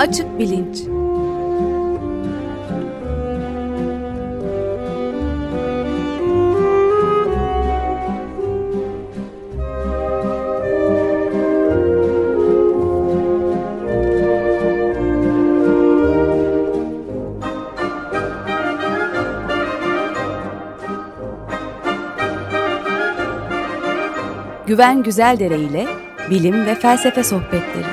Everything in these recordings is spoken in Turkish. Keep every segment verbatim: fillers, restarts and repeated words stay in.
Açık Bilinç. Güven Güzeldere ile bilim ve felsefe sohbetleri.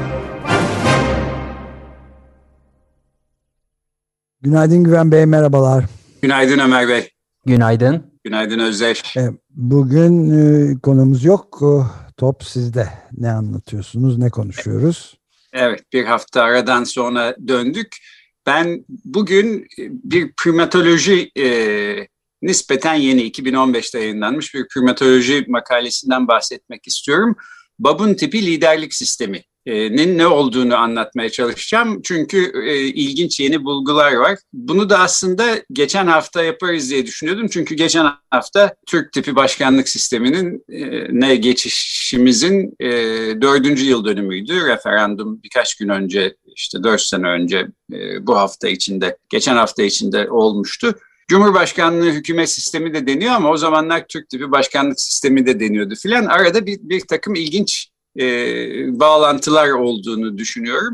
Günaydın Güven Bey, merhabalar. Günaydın Ömer Bey. Günaydın. Günaydın Özdeş. Bugün e, konumuz yok. Top sizde. Ne anlatıyorsunuz, ne konuşuyoruz? Evet, bir hafta aradan sonra döndük. Ben bugün bir primatoloji e, nispeten yeni iki bin on beşte yayınlanmış bir primatoloji makalesinden bahsetmek istiyorum. Babun tipi liderlik sisteminin ne olduğunu anlatmaya çalışacağım. Çünkü e, ilginç yeni bulgular var. Bunu da aslında geçen hafta yaparız diye düşünüyordum. Çünkü geçen hafta Türk tipi başkanlık sisteminin e, ne geçişimizin e, dördüncü yıl dönümüydü. Referandum birkaç gün önce, işte dört sene önce e, bu hafta içinde, geçen hafta içinde olmuştu. Cumhurbaşkanlığı hükümet sistemi de deniyor ama o zamanlar Türk tipi başkanlık sistemi de deniyordu filan. Arada bir, bir takım ilginç e, bağlantılar olduğunu düşünüyorum.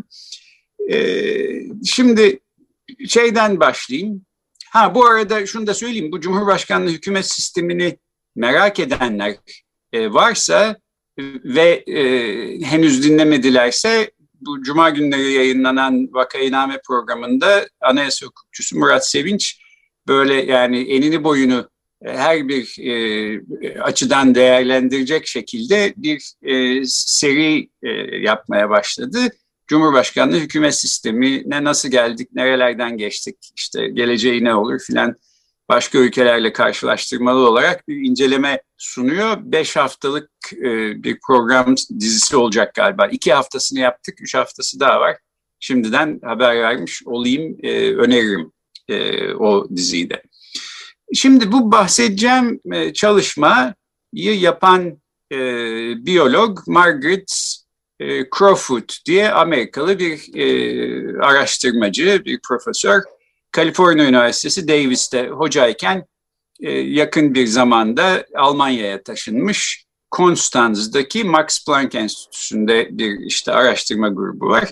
E, şimdi şeyden başlayayım. Ha bu arada şunu da söyleyeyim. Bu Cumhurbaşkanlığı hükümet sistemini merak edenler e, varsa ve e, henüz dinlemedilerse bu Cuma günleri yayınlanan Vakainame programında Anayasa hukukçusu Murat Sevinç böyle yani enini boyunu her bir e, açıdan değerlendirecek şekilde bir e, seri e, yapmaya başladı. Cumhurbaşkanlığı hükümet sistemine nasıl geldik, nerelerden geçtik, işte geleceği ne olur filan başka ülkelerle karşılaştırmalı olarak bir inceleme sunuyor. Beş haftalık e, bir program dizisi olacak galiba. İki haftasını yaptık, üç haftası daha var. Şimdiden haber vermiş olayım, e, öneririm. E, o diziyi de. Şimdi bu bahsedeceğim e, çalışmayı yapan e, biyolog Margaret e, Crowfoot diye Amerikalı bir e, araştırmacı, bir profesör. Kaliforniya Üniversitesi Davis'te hocayken e, yakın bir zamanda Almanya'ya taşınmış. Konstanz'daki Max Planck Enstitüsü'nde bir işte araştırma grubu var.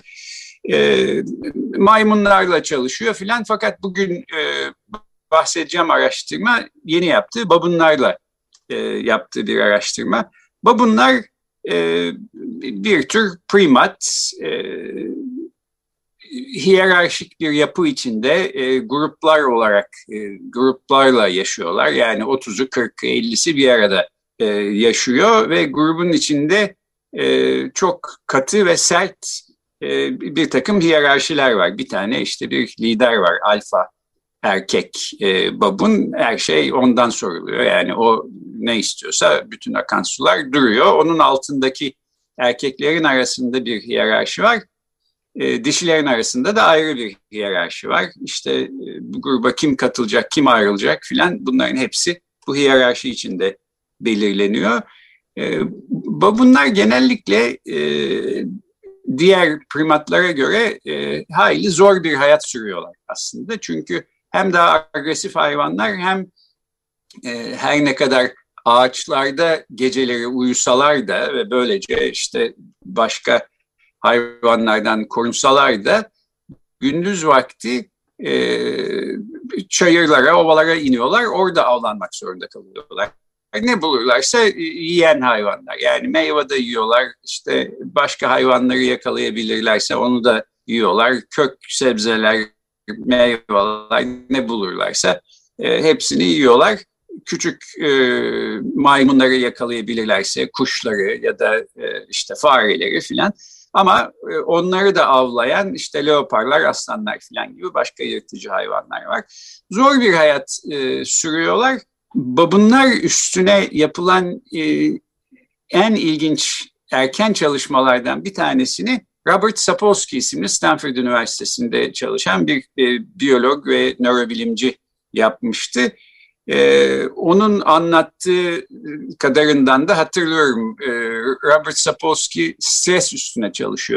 E, maymunlarla çalışıyor filan fakat bugün e, bahsedeceğim araştırma yeni yaptığı babunlarla e, yaptığı bir araştırma. Babunlar e, bir tür primat, e, hiyerarşik bir yapı içinde e, gruplar olarak e, gruplarla yaşıyorlar. Yani otuzu, kırkı, ellisi bir arada e, yaşıyor ve grubun içinde e, çok katı ve sert bir takım hiyerarşiler var. Bir tane işte bir lider var, alfa erkek e, babun, her şey ondan soruluyor. Yani o ne istiyorsa bütün akan sular duruyor. Onun altındaki erkeklerin arasında bir hiyerarşi var. E, dişilerin arasında da ayrı bir hiyerarşi var. İşte e, bu gruba kim katılacak, kim ayrılacak filan bunların hepsi bu hiyerarşi içinde belirleniyor. E, babunlar genellikle e, diğer primatlara göre e, hayli zor bir hayat sürüyorlar aslında. Çünkü hem daha agresif hayvanlar hem e, her ne kadar ağaçlarda geceleri uyusalar da ve böylece işte başka hayvanlardan korunsalar da gündüz vakti e, çayırlara, ovalara iniyorlar. Orada avlanmak zorunda kalıyorlar. Ne bulurlarsa yiyen hayvanlar, yani meyve de yiyorlar, işte başka hayvanları yakalayabilirlerse onu da yiyorlar, kök sebzeler, meyveler ne bulurlarsa e, hepsini yiyorlar. Küçük e, maymunları yakalayabilirlerse kuşları ya da e, işte fareleri filan, ama e, onları da avlayan işte leoparlar, aslanlar filan gibi başka yırtıcı hayvanlar var. Zor bir hayat e, sürüyorlar. Babunlar üstüne yapılan e, en ilginç erken çalışmalardan bir tanesini Robert Sapolsky isimli Stanford Üniversitesi'nde çalışan bir e, biyolog ve nörobilimci yapmıştı. E, onun anlattığı kadarından da hatırlıyorum. E, Robert Sapolsky stres üstüne çalışıyordu.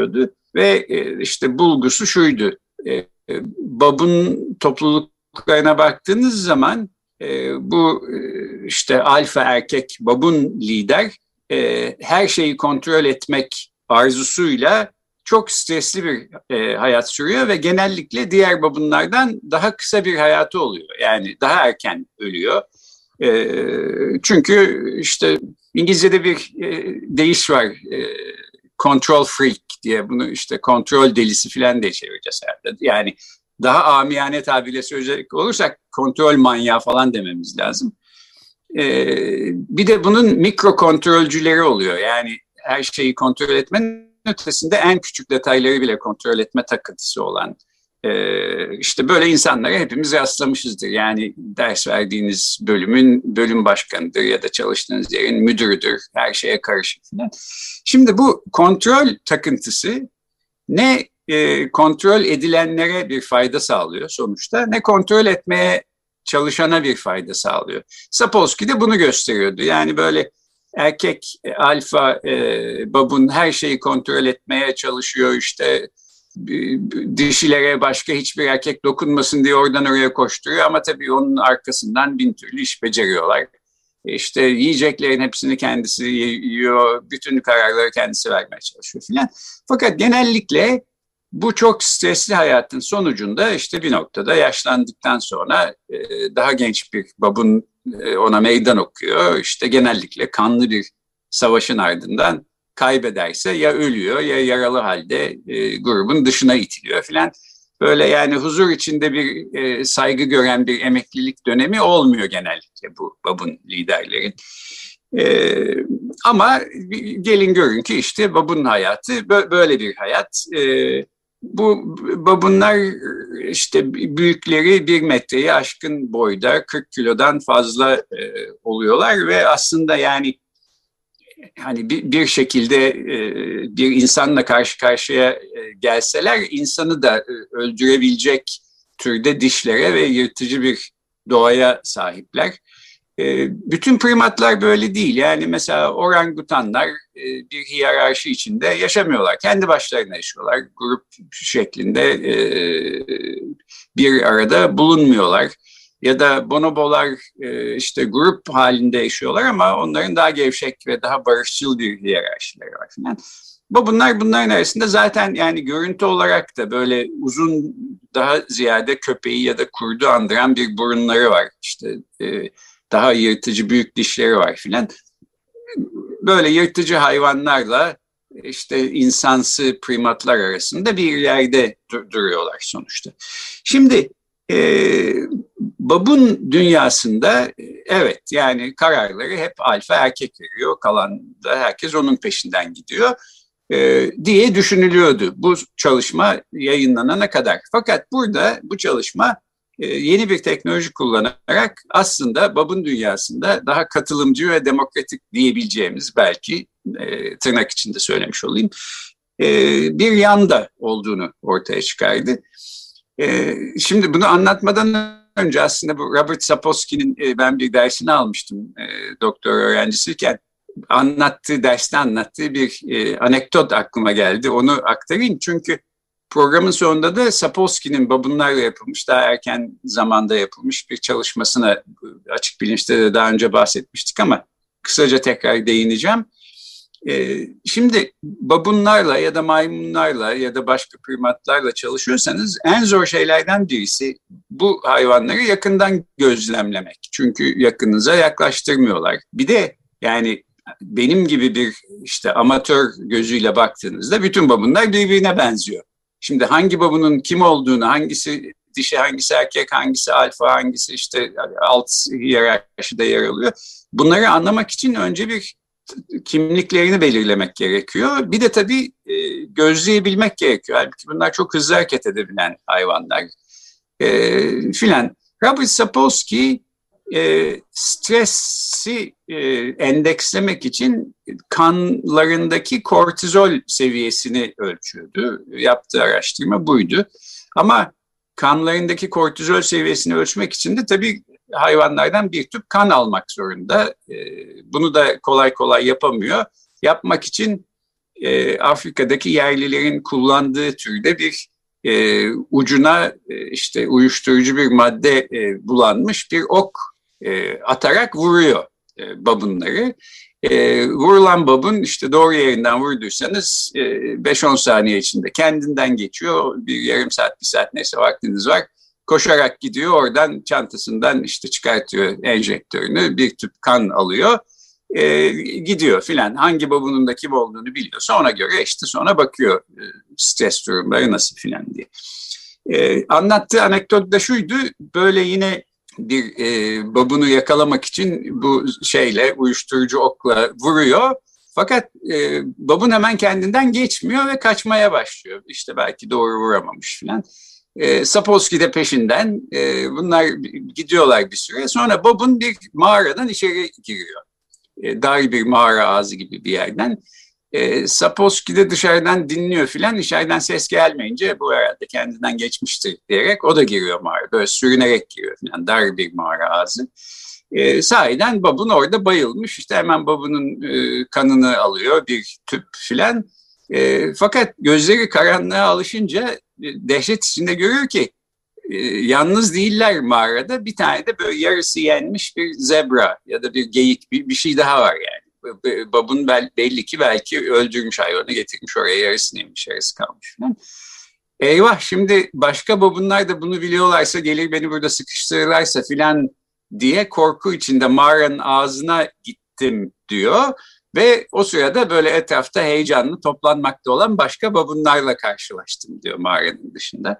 Ve e, işte bulgusu şuydu. E, e, babun topluluklarına baktığınız zaman e, bu e, işte alfa erkek babun lider e, her şeyi kontrol etmek arzusuyla çok stresli bir e, hayat sürüyor ve genellikle diğer babunlardan daha kısa bir hayatı oluyor. Yani daha erken ölüyor. E, çünkü işte İngilizce'de bir e, deyiş var. E, control freak diye, bunu işte kontrol delisi falan diye çevireceğiz herhalde. Yani daha amiyane tabirle söyleyecek olursak kontrol manyağı falan dememiz lazım. Ee, bir de bunun mikro kontrolcüleri oluyor. Yani her şeyi kontrol etmenin ötesinde en küçük detayları bile kontrol etme takıntısı olan e, işte böyle insanlara hepimiz rastlamışızdır. Yani ders verdiğiniz bölümün bölüm başkanıdır ya da çalıştığınız yerin müdürüdür. Her şeye karışık falan. Şimdi bu kontrol takıntısı ne e, kontrol edilenlere bir fayda sağlıyor sonuçta, ne kontrol etmeye çalışana bir fayda sağlıyor. Sapolsky de bunu gösteriyordu. Yani böyle erkek e, alfa e, babun her şeyi kontrol etmeye çalışıyor, işte dişilere başka hiçbir erkek dokunmasın diye oradan oraya koşturuyor ama tabii onun arkasından bin türlü iş beceriyorlar. İşte yiyeceklerin hepsini kendisi yiyor, bütün kararları kendisi vermeye çalışıyor filan. Fakat genellikle bu çok stresli hayatın sonucunda işte bir noktada yaşlandıktan sonra daha genç bir babun ona meydan okuyor. İşte genellikle kanlı bir savaşın ardından kaybederse ya ölüyor ya yaralı halde e, grubun dışına itiliyor filan. Böyle yani huzur içinde bir e, saygı gören bir emeklilik dönemi olmuyor genellikle bu babun liderlerin. E, ama gelin görün ki işte babun hayatı böyle bir hayat. E, bu babunlar işte büyükleri bir metreyi aşkın boyda, kırk kilodan fazla e, oluyorlar ve aslında yani hani bir, bir şekilde e, bir insanla karşı karşıya e, gelseler insanı da e, öldürebilecek türde dişlere ve yırtıcı bir doğaya sahipler. E, bütün primatlar böyle değil. Yani mesela orangutanlar e, bir hiyerarşi içinde yaşamıyorlar. Kendi başlarına yaşıyorlar. Grup şeklinde e, bir arada bulunmuyorlar. Ya da bonobolar e, işte grup halinde yaşıyorlar ama onların daha gevşek ve daha barışçıl bir hiyerarşileri var falan. Bu bunlar bunların arasında zaten yani görüntü olarak da böyle uzun, daha ziyade köpeği ya da kurdu andıran bir burunları var. İşte e, daha yırtıcı büyük dişleri var filan. Böyle yırtıcı hayvanlarla işte insansı primatlar arasında bir yerde dur- duruyorlar sonuçta. Şimdi e, babun dünyasında evet yani kararları hep alfa erkek veriyor. Kalan da herkes onun peşinden gidiyor e, diye düşünülüyordu bu çalışma yayınlanana kadar. Fakat burada bu çalışma e, yeni bir teknoloji kullanarak aslında babun dünyasında daha katılımcı ve demokratik diyebileceğimiz, belki e, tırnak içinde söylemiş olayım, e, bir yanda olduğunu ortaya çıkardı. E, şimdi bunu anlatmadan önce aslında bu Robert Sapolsky'nin e, ben bir dersini almıştım e, doktor öğrencisiyken. Anlattığı, derste anlattığı bir e, anekdot aklıma geldi. Onu aktarayım çünkü programın sonunda da Sapolsky'nin babunlarla yapılmış, daha erken zamanda yapılmış bir çalışmasına açık bilinçte de daha önce bahsetmiştik ama kısaca tekrar değineceğim. Ee, şimdi babunlarla ya da maymunlarla ya da başka primatlarla çalışıyorsanız en zor şeylerden birisi bu hayvanları yakından gözlemlemek. Çünkü yakınıza yaklaştırmıyorlar. Bir de yani benim gibi bir işte amatör gözüyle baktığınızda bütün babunlar birbirine benziyor. Şimdi hangi babunun kim olduğunu, hangisi dişi, hangisi erkek, hangisi alfa, hangisi işte alt hiyerarşide yer alıyor, bunları anlamak için önce bir kimliklerini belirlemek gerekiyor. Bir de tabii e, gözleyebilmek gerekiyor. Halbuki bunlar çok hızlı hareket edebilen hayvanlar e, filan. Robert Sapolsky e, stresi e, endekslemek için kanlarındaki kortizol seviyesini ölçüyordu. Yaptığı araştırma buydu. Ama kanlarındaki kortizol seviyesini ölçmek için de tabii hayvanlardan bir tüp kan almak zorunda. Bunu da kolay kolay yapamıyor. Yapmak için e, Afrika'daki yerlilerin kullandığı türde bir e, ucuna e, işte uyuşturucu bir madde e, bulanmış bir ok e, atarak vuruyor e, babunları. E, vurulan babun işte doğru yerinden vurduysanız e, beş on saniye içinde kendinden geçiyor. Bir yarım saat, bir saat neyse vaktiniz var. Koşarak gidiyor, oradan çantasından işte çıkartıyor enjektörünü, bir tüp kan alıyor. E, gidiyor filan. Hangi babunun da kim olduğunu biliyorsa ona göre işte sonra bakıyor e, stres durumları nasıl filan diye. E, anlattığı anekdot da şuydu, böyle yine bir e, babunu yakalamak için bu şeyle, uyuşturucu okla vuruyor. Fakat e, babun hemen kendinden geçmiyor ve kaçmaya başlıyor. İşte belki doğru vuramamış filan. E, Sapolsky de peşinden. E, bunlar gidiyorlar bir süre. Sonra babun bir mağaradan içeri giriyor. E, dar bir mağara ağzı gibi bir yerden. E, Sapolsky de dışarıdan dinliyor filan. İçeriden ses gelmeyince bu herhalde kendinden geçmiştir diyerek o da giriyor mağara. Böyle sürünerek giriyor filan. Dar bir mağara ağzı. E, sahiden babun orada bayılmış. İşte hemen babunun e, kanını alıyor bir tüp filan. E, fakat gözleri karanlığa alışınca e, dehşet içinde görüyor ki e, yalnız değiller mağarada. Bir tane de böyle yarısı yenmiş bir zebra ya da bir geyik, bir, bir şey daha var yani. Babun belli ki belki öldürmüş hayvanı, getirmiş oraya, yarısını yemiş, yarısı kalmış falan. Eyvah, şimdi başka babunlar da bunu biliyorlarsa, gelir beni burada sıkıştırırlarsa filan diye korku içinde mağaranın ağzına gittim diyor. Ve o sırada böyle etrafta heyecanlı toplanmakta olan başka babunlarla karşılaştım diyor mağaranın dışında.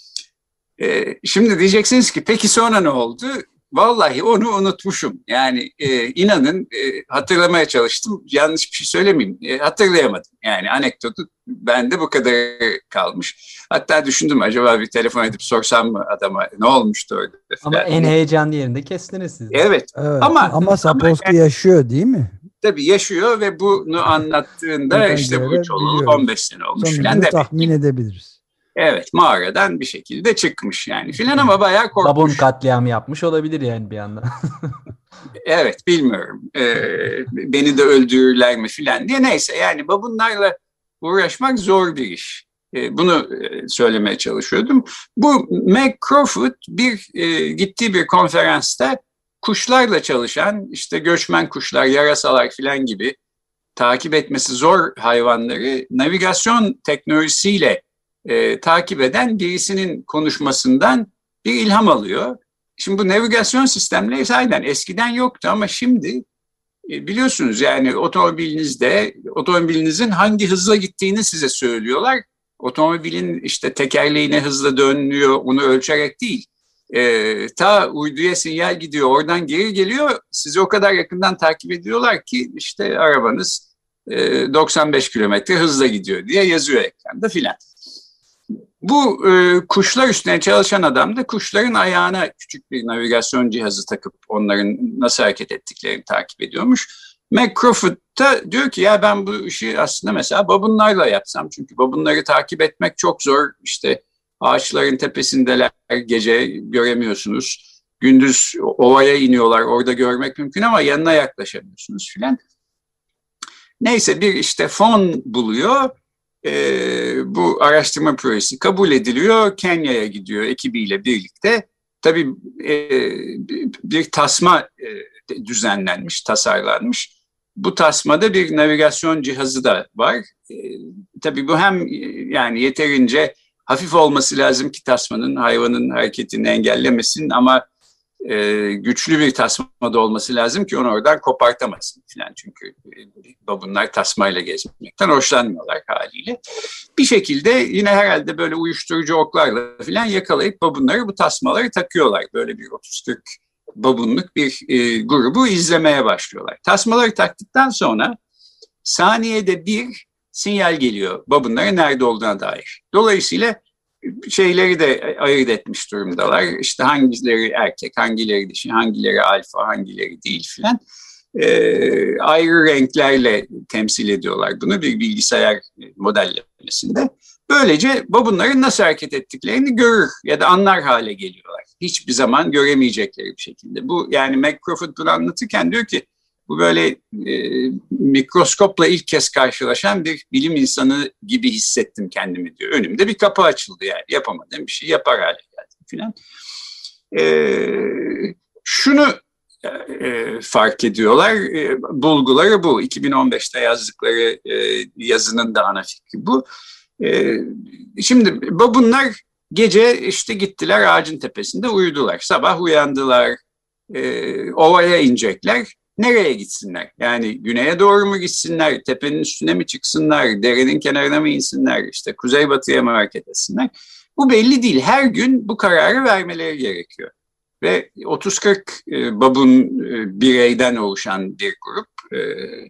Ee, şimdi diyeceksiniz ki peki sonra ne oldu? Vallahi onu unutmuşum. Yani e, inanın e, hatırlamaya çalıştım. Yanlış bir şey söylemeyeyim. E, hatırlayamadım. Yani anekdotu bende bu kadar kalmış. Hatta düşündüm, acaba bir telefon edip sorsam mı adama ne olmuştu orada? Ama en heyecanlı yerinde kestiniz siz. Evet. evet. Ama, ama Sapolsky yani, yaşıyor değil mi? Tabii yaşıyor ve bunu anlattığında işte bu üç olalı on beş sene olmuş. Sonunda tahmin edebiliriz. Evet, mağaradan bir şekilde çıkmış yani filan ama bayağı korkmuş. Babun katliamı yapmış olabilir yani bir yandan. Evet, bilmiyorum. Ee, beni de öldürürler mi filan diye. Neyse yani babunlarla uğraşmak zor bir iş. Ee, bunu söylemeye çalışıyordum. Bu Meg Crawford bir e, gittiği bir konferansta kuşlarla çalışan, işte göçmen kuşlar, yarasalar filan gibi takip etmesi zor hayvanları navigasyon teknolojisiyle E, takip eden birisinin konuşmasından bir ilham alıyor. Şimdi bu navigasyon sistemleri zaten eskiden yoktu ama şimdi e, biliyorsunuz yani otomobilinizde otomobilinizin hangi hızla gittiğini size söylüyorlar. Otomobilin işte tekerleği ne hızla dönüyor onu ölçerek değil. E, ta uyduya sinyal gidiyor, oradan geri geliyor. Sizi o kadar yakından takip ediyorlar ki işte arabanız e, doksan beş kilometre hızla gidiyor diye yazıyor ekranda filan. Bu e, kuşlar üstüne çalışan adam da kuşların ayağına küçük bir navigasyon cihazı takıp onların nasıl hareket ettiklerini takip ediyormuş. Meg Crawford da diyor ki ya ben bu işi aslında mesela babunlarla yapsam. Çünkü babunları takip etmek çok zor. İşte ağaçların tepesindeler, gece göremiyorsunuz. Gündüz ovaya iniyorlar, orada görmek mümkün ama yanına yaklaşamıyorsunuz filan. Neyse bir işte fon buluyor. Ee, bu araştırma projesi kabul ediliyor. Kenya'ya gidiyor ekibiyle birlikte. Tabii e, bir tasma e, düzenlenmiş, tasarlanmış. Bu tasmada bir navigasyon cihazı da var. E, tabii bu hem yani yeterince hafif olması lazım ki tasmanın hayvanın hareketini engellemesin ama e, güçlü bir tasmada olması lazım ki onu oradan kopartamasın falan. Çünkü e, babunlar tasmayla gezmekten hoşlanmıyorlar haliyle. Bir şekilde yine herhalde böyle uyuşturucu oklarla falan yakalayıp babunları bu tasmaları takıyorlar. Böyle bir otuz kırk babunluk bir e, grubu izlemeye başlıyorlar. Tasmaları taktıktan sonra saniyede bir sinyal geliyor babunların nerede olduğuna dair. Dolayısıyla şeyleri de ayırt etmiş durumdalar. İşte hangileri erkek, hangileri dişi, hangileri alfa, hangileri değil filan. Ee, ayrı renklerle temsil ediyorlar bunu bir bilgisayar modellemesinde. Böylece babunların nasıl hareket ettiklerini görür ya da anlar hale geliyorlar. Hiçbir zaman göremeyecekleri bir şekilde. Bu yani Meg Crawford bunu anlatırken diyor ki Bu böyle e, mikroskopla ilk kez karşılaşan bir bilim insanı gibi hissettim kendimi diyor. Önümde bir kapı açıldı yani. Yapamadığım bir şey yapar hale geldim filan. E, şunu e, fark ediyorlar. E, bulguları bu. iki bin on beşte yazdıkları e, yazının da ana fikri bu. E, şimdi babunlar gece işte gittiler ağacın tepesinde uyudular. Sabah uyandılar. E, ovaya inecekler. Nereye gitsinler? Yani güneye doğru mu gitsinler? Tepenin üstüne mi çıksınlar? Derenin kenarına mı insinler? İşte kuzeybatıya mı hareket etsinler? Bu belli değil. Her gün bu kararı vermeleri gerekiyor. Ve otuz kırk e, babun e, bireyden oluşan bir grup. E,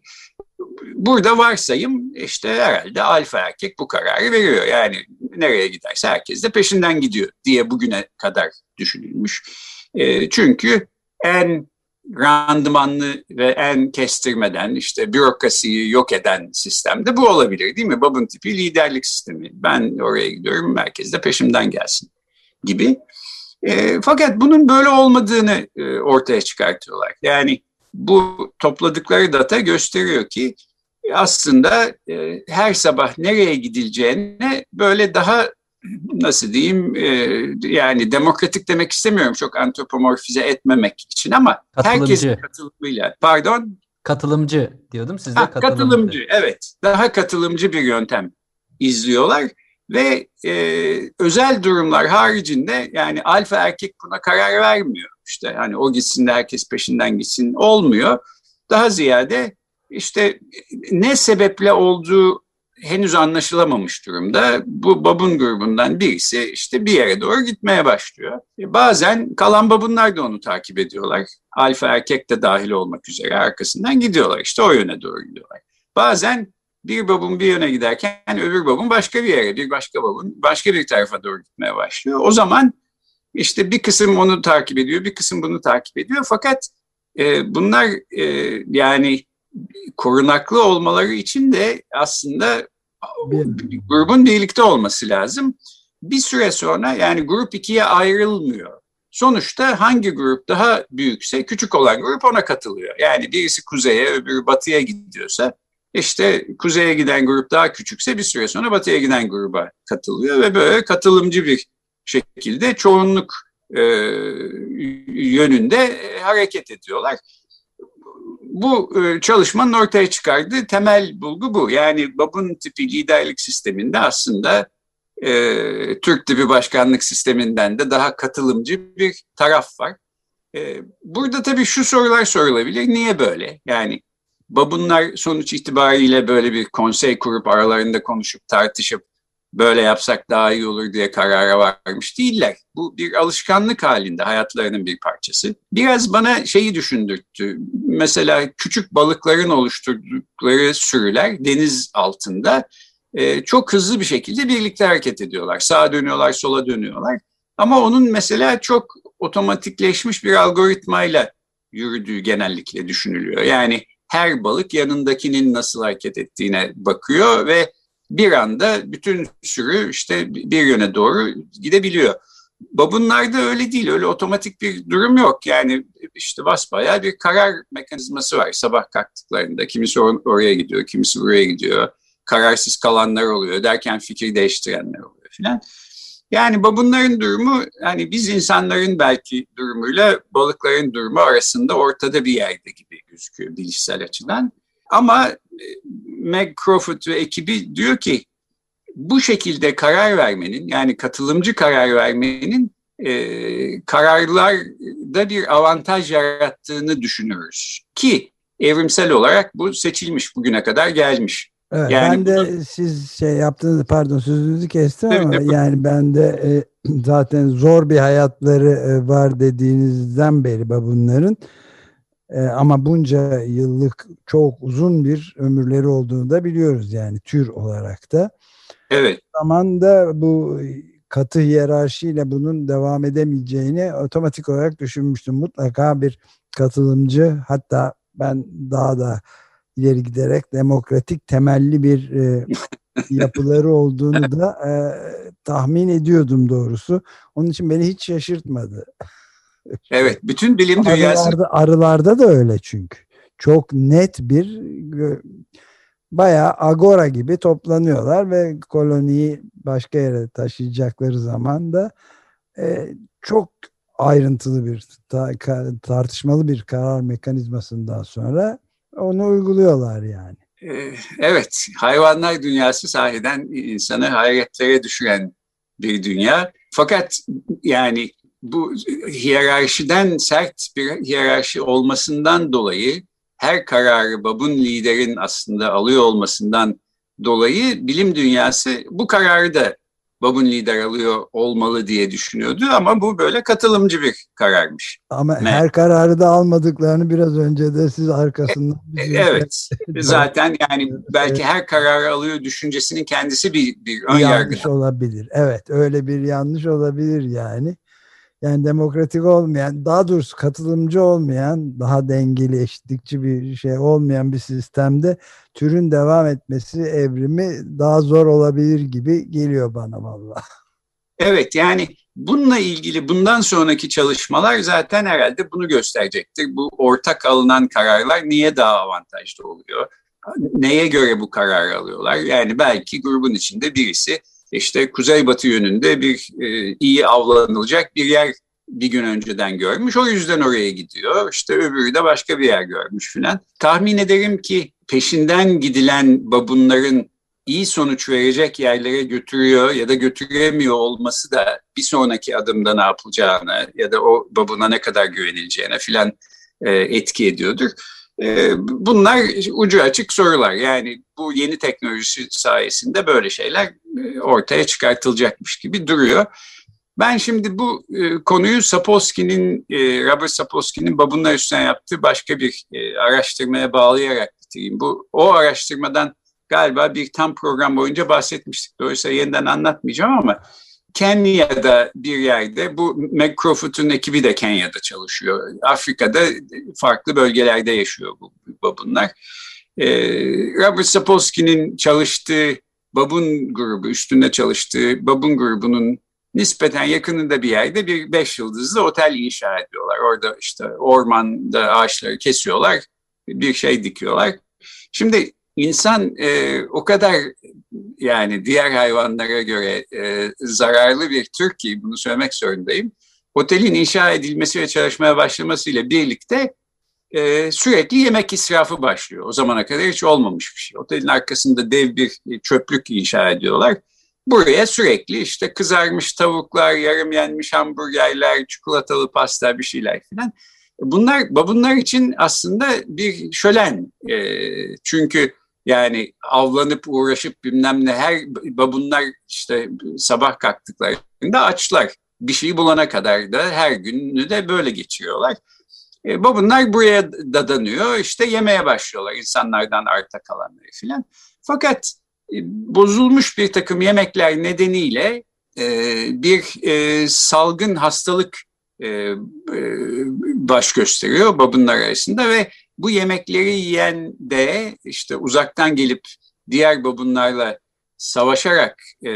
burada varsayım işte herhalde alfa erkek bu kararı veriyor. Yani nereye giderse herkes de peşinden gidiyor diye bugüne kadar düşünülmüş. E, çünkü en randımanlı ve en kestirmeden işte bürokrasiyi yok eden sistem de bu olabilir değil mi? Babun tipi liderlik sistemi. Ben oraya gidiyorum, merkez de peşimden gelsin gibi. E, fakat bunun böyle olmadığını e, ortaya çıkartıyorlar. Yani bu topladıkları data gösteriyor ki aslında e, her sabah nereye gidileceğine böyle daha nasıl diyeyim e, yani demokratik demek istemiyorum çok antropomorfize etmemek için ama katılımcı. Herkesin katılımıyla pardon katılımcı diyordum siz de ha, katılımcı. katılımcı evet daha katılımcı bir yöntem izliyorlar ve e, özel durumlar haricinde yani alfa erkek buna karar vermiyor işte hani o gitsin de herkes peşinden gitsin olmuyor daha ziyade işte ne sebeple olduğu henüz anlaşılamamış durumda. Bu babun grubundan birisi işte bir yere doğru gitmeye başlıyor. E bazen kalan babunlar da onu takip ediyorlar. Alfa erkek de dahil olmak üzere arkasından gidiyorlar. İşte o yöne doğru gidiyorlar. Bazen bir babun bir yöne giderken öbür babun başka bir yere, bir başka babun başka bir tarafa doğru gitmeye başlıyor. O zaman işte bir kısım onu takip ediyor, bir kısım bunu takip ediyor. Fakat e, bunlar e, yani korunaklı olmaları için de aslında bir, grubun birlikte olması lazım. Bir süre sonra yani grup ikiye ayrılmıyor. Sonuçta hangi grup daha büyükse küçük olan grup ona katılıyor. Yani birisi kuzeye öbürü batıya gidiyorsa işte kuzeye giden grup daha küçükse bir süre sonra batıya giden gruba katılıyor ve böyle katılımcı bir şekilde çoğunluk e, yönünde hareket ediyorlar. Bu e, çalışmanın ortaya çıkardığı temel bulgu bu. Yani babun tipi liderlik sisteminde aslında e, Türk tipi başkanlık sisteminden de daha katılımcı bir taraf var. E, burada tabii şu sorular sorulabilir. Niye böyle? Yani babunlar sonuç itibariyle böyle bir konsey kurup aralarında konuşup tartışıp böyle yapsak daha iyi olur diye karara varmış değiller. Bu bir alışkanlık halinde hayatlarının bir parçası. Biraz bana şeyi düşündürttü. Mesela küçük balıkların oluşturdukları sürüler deniz altında e, çok hızlı bir şekilde birlikte hareket ediyorlar. Sağa dönüyorlar, sola dönüyorlar. Ama onun mesela çok otomatikleşmiş bir algoritmayla yürüdüğü genellikle düşünülüyor. Yani her balık yanındakinin nasıl hareket ettiğine bakıyor ve bir anda bütün sürü işte bir yöne doğru gidebiliyor. Babunlarda öyle değil, öyle otomatik bir durum yok. Yani işte basbayağı bir karar mekanizması var sabah kalktıklarında. Kimisi or- oraya gidiyor, kimisi buraya gidiyor. Kararsız kalanlar oluyor derken fikir değiştirenler oluyor filan. Yani babunların durumu hani biz insanların belki durumuyla balıkların durumu arasında ortada bir yerde gibi gözüküyor bilişsel açıdan. Ama Meg Crawford ve ekibi diyor ki bu şekilde karar vermenin yani katılımcı karar vermenin e, kararlarda bir avantaj yarattığını düşünürüz. Ki evrimsel olarak bu seçilmiş bugüne kadar gelmiş. Evet, yani ben de bunu, siz şey yaptınız pardon sözünüzü kestim evet, ama evet. yani ben de e, zaten zor bir hayatları e, var dediğinizden beri babunların e, ama bunca yıllık çok uzun bir ömürleri olduğunu da biliyoruz yani tür olarak da. Evet. O zaman da bu katı hiyerarşiyle bunun devam edemeyeceğini otomatik olarak düşünmüştüm. Mutlaka bir katılımcı hatta ben daha da ileri giderek demokratik temelli bir e, yapıları olduğunu da e, tahmin ediyordum doğrusu. Onun için beni hiç şaşırtmadı. Evet, bütün bilim dünyası... Arılarda, arılarda da öyle çünkü. çok net bir, bayağı agora gibi toplanıyorlar ve koloniyi başka yere taşıyacakları zaman da e, çok ayrıntılı bir ta, tartışmalı bir karar mekanizmasından sonra onu uyguluyorlar yani. Evet, hayvanlar dünyası sahiden insanı hayretlere düşüren bir dünya. Fakat yani bu hiyerarşiden, sert bir hiyerarşi olmasından dolayı, her kararı babun liderin aslında alıyor olmasından dolayı bilim dünyası bu kararı da babun lider alıyor olmalı diye düşünüyordu, ama bu böyle katılımcı bir kararmış. Ama Me- her kararı da almadıklarını biraz önce de siz arkasından... Evet, zaten yani belki her kararı alıyor düşüncesinin kendisi bir, bir ön yargı. Yanlış olabilir. Evet, öyle bir yanlış olabilir yani. Yani demokratik olmayan, daha doğrusu katılımcı olmayan, daha dengeli, eşitlikçi bir şey olmayan bir sistemde türün devam etmesi, evrimi daha zor olabilir gibi geliyor bana vallahi. Evet, yani bununla ilgili bundan sonraki çalışmalar zaten herhalde bunu gösterecektir. Bu ortak alınan kararlar niye daha avantajlı oluyor? Neye göre bu kararı alıyorlar? Yani belki grubun içinde birisi işte kuzeybatı yönünde bir e, iyi avlanılacak bir yer bir gün önceden görmüş. O yüzden oraya gidiyor. İşte öbürü de başka bir yer görmüş filan. Tahmin ederim ki peşinden gidilen babunların iyi sonuç verecek yerlere götürüyor ya da götüremiyor olması da bir sonraki adımda ne yapılacağına ya da o babuna ne kadar güvenileceğine filan e, etki ediyordur. E, bunlar ucu açık sorular. Yani bu yeni teknoloji sayesinde böyle şeyler e, ortaya çıkartılacakmış gibi duruyor. Ben şimdi bu e, konuyu Sapolsky'nin, e, Robert Sapolsky'nin babunlar üstüne yaptığı başka bir e, araştırmaya bağlayarak bitireyim. Bu, o araştırmadan galiba bir tam program boyunca bahsetmiştik. Dolayısıyla yeniden anlatmayacağım ama Kenya'da bir yerde, bu Meg Crawford'un ekibi de Kenya'da çalışıyor. Afrika'da farklı bölgelerde yaşıyor bu babunlar. Ee, Robert Sapolsky'nin çalıştığı babun grubu, üstünde çalıştığı babun grubunun nispeten yakınında bir yerde bir beş yıldızlı otel inşa ediyorlar. Orada işte ormanda ağaçları kesiyorlar, bir şey dikiyorlar. Şimdi İnsan e, o kadar yani diğer hayvanlara göre e, zararlı bir tür ki bunu söylemek zorundayım. Otelin inşa edilmesi ve çalışmaya başlamasıyla birlikte e, sürekli yemek israfı başlıyor. O zamana kadar hiç olmamış bir şey. Otelin arkasında dev bir çöplük inşa ediyorlar. Buraya sürekli işte kızarmış tavuklar, yarım yenmiş hamburgerler, çikolatalı pasta bir şeyler filan. Bunlar babunlar için aslında bir şölen. E, çünkü yani avlanıp uğraşıp bilmem ne, her babunlar işte sabah kalktıklarında açlar. Bir şey bulana kadar da her gününü de böyle geçiriyorlar. E, babunlar buraya dadanıyor, işte yemeye başlıyorlar insanlardan arta kalanları filan. Fakat e, bozulmuş bir takım yemekler nedeniyle e, bir e, salgın hastalık e, e, baş gösteriyor babunlar arasında ve bu yemekleri yiyen de işte uzaktan gelip diğer babunlarla savaşarak e,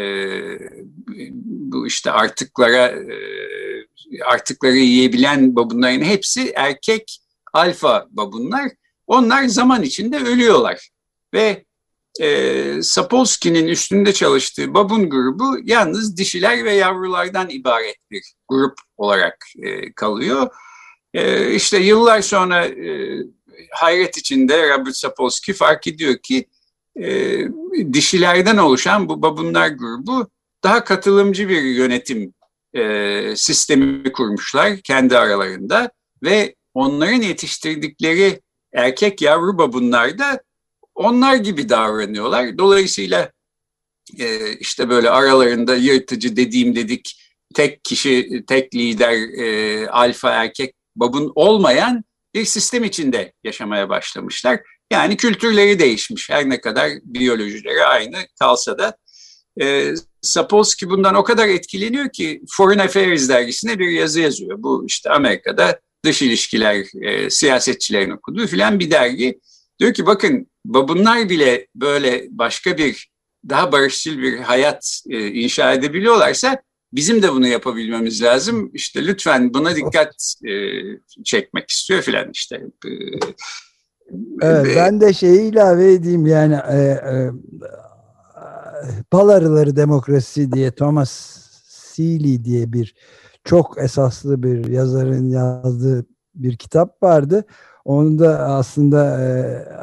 bu işte artıklara e, artıkları yiyebilen babunların hepsi erkek alfa babunlar. Onlar zaman içinde ölüyorlar ve e, Sapolsky'nin üstünde çalıştığı babun grubu yalnız dişiler ve yavrulardan ibaret bir grup olarak e, kalıyor. E, işte yıllar sonra e, hayret içinde Robert Sapolsky fark ediyor ki e, dişilerden oluşan bu babunlar grubu daha katılımcı bir yönetim e, sistemi kurmuşlar kendi aralarında ve onların yetiştirdikleri erkek yavru babunlar da onlar gibi davranıyorlar. Dolayısıyla e, işte böyle aralarında yırtıcı dediğim dedik tek kişi, tek lider, e, alfa erkek babun olmayan bir sistem içinde yaşamaya başlamışlar. Yani kültürleri değişmiş. Her ne kadar biyolojileri aynı kalsa da. E, Sapolsky bundan o kadar etkileniyor ki Foreign Affairs dergisine bir yazı yazıyor. Bu işte Amerika'da dış ilişkiler, e, siyasetçilerin okuduğu filan bir dergi. Diyor ki bakın babunlar bile böyle başka bir daha barışçıl bir hayat e, inşa edebiliyorlarsa bizim de bunu yapabilmemiz lazım. İşte lütfen buna dikkat e, çekmek istiyor filan işte. Evet, ben de şeyi ilave edeyim yani e, e, Bal Arıları Demokrasi diye Thomas Seeley diye bir çok esaslı bir yazarın yazdığı bir kitap vardı. Onu da aslında e,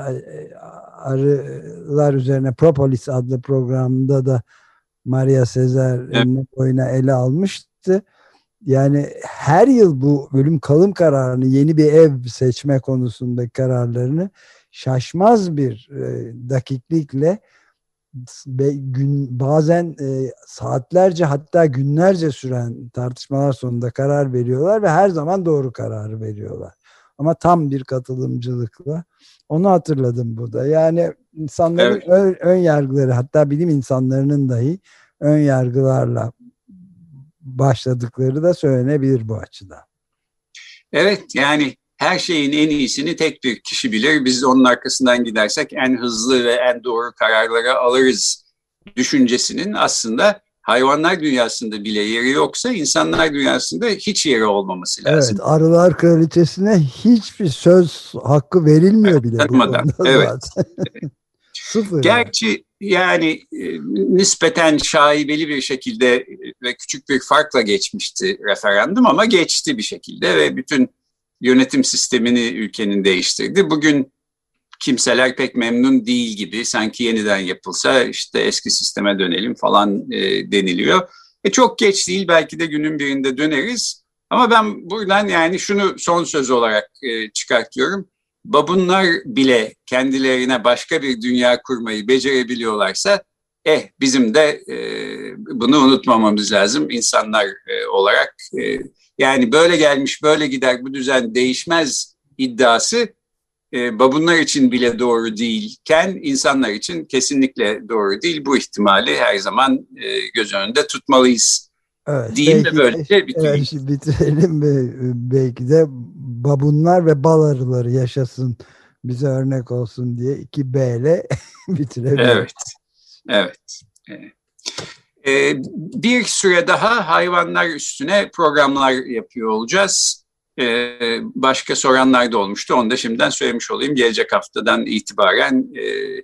arılar üzerine Propolis adlı programda da Maria Sezer Evet. boyuna ele almıştı. Yani her yıl bu ölüm kalım kararını, yeni bir ev seçme konusundaki kararlarını şaşmaz bir e, dakiklikle ve gün, bazen e, saatlerce hatta günlerce süren tartışmalar sonunda karar veriyorlar ve her zaman doğru kararı veriyorlar. Ama tam bir katılımcılıkla. Onu hatırladım burada. Yani insanların Evet. ön, ön yargıları, hatta bilim insanlarının dahi ön yargılarla başladıkları da söylenebilir bu açıdan. Evet, yani her şeyin en iyisini tek bir kişi bilir. Biz onun arkasından gidersek en hızlı ve en doğru kararları alırız düşüncesinin aslında hayvanlar dünyasında bile yeri yoksa insanlar dünyasında hiç yeri olmaması lazım. Evet, arılar kraliçesine hiçbir söz hakkı verilmiyor Evet, bile tanımadan. bu konuda Evet. zaten. Sıfır. Gerçi yani e, nispeten şaibeli bir şekilde e, ve küçük bir farkla geçmişti referandum ama geçti bir şekilde ve bütün yönetim sistemini ülkenin değiştirdi. Bugün kimseler pek memnun değil gibi, sanki yeniden yapılsa işte eski sisteme dönelim falan e, deniliyor. E, çok geç değil, belki de günün birinde döneriz ama ben buradan yani şunu son söz olarak e, çıkartıyorum. Babunlar bile kendilerine başka bir dünya kurmayı becerebiliyorlarsa eh bizim de e, bunu unutmamamız lazım insanlar e, olarak. E, yani böyle gelmiş böyle gider bu düzen değişmez iddiası e, babunlar için bile doğru değilken insanlar için kesinlikle doğru değil. Bu ihtimali her zaman e, göz önünde tutmalıyız. Evet, Diyeyim belki ve böylece de, bitireyim. evet, bitirelim ve belki de babunlar ve bal arıları yaşasın, bize örnek olsun diye iki B ile bitirebiliriz. Evet, evet. evet. Ee, bir süre daha hayvanlar üstüne programlar yapıyor olacağız. Ee, başka soranlar da olmuştu. Onu da şimdiden söylemiş olayım. Gelecek haftadan itibaren e,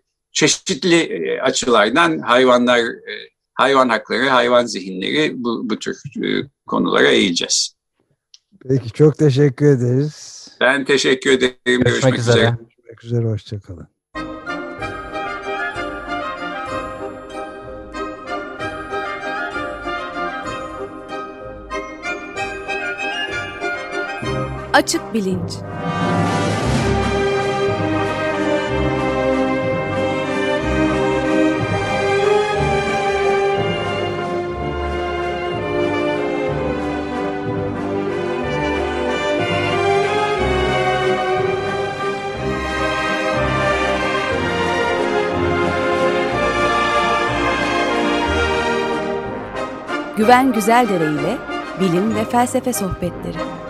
çeşitli e, açılardan hayvanlar, e, hayvan hakları, hayvan zihinleri bu, bu tür e, konulara eğileceğiz. Peki, çok teşekkür ederiz. Ben teşekkür ederim. Görüşmek, Görüşmek üzere. üzere. Görüşmek üzere, hoşçakalın. Açık Bilinç. Güven Güzeldere ile bilim ve felsefe sohbetleri.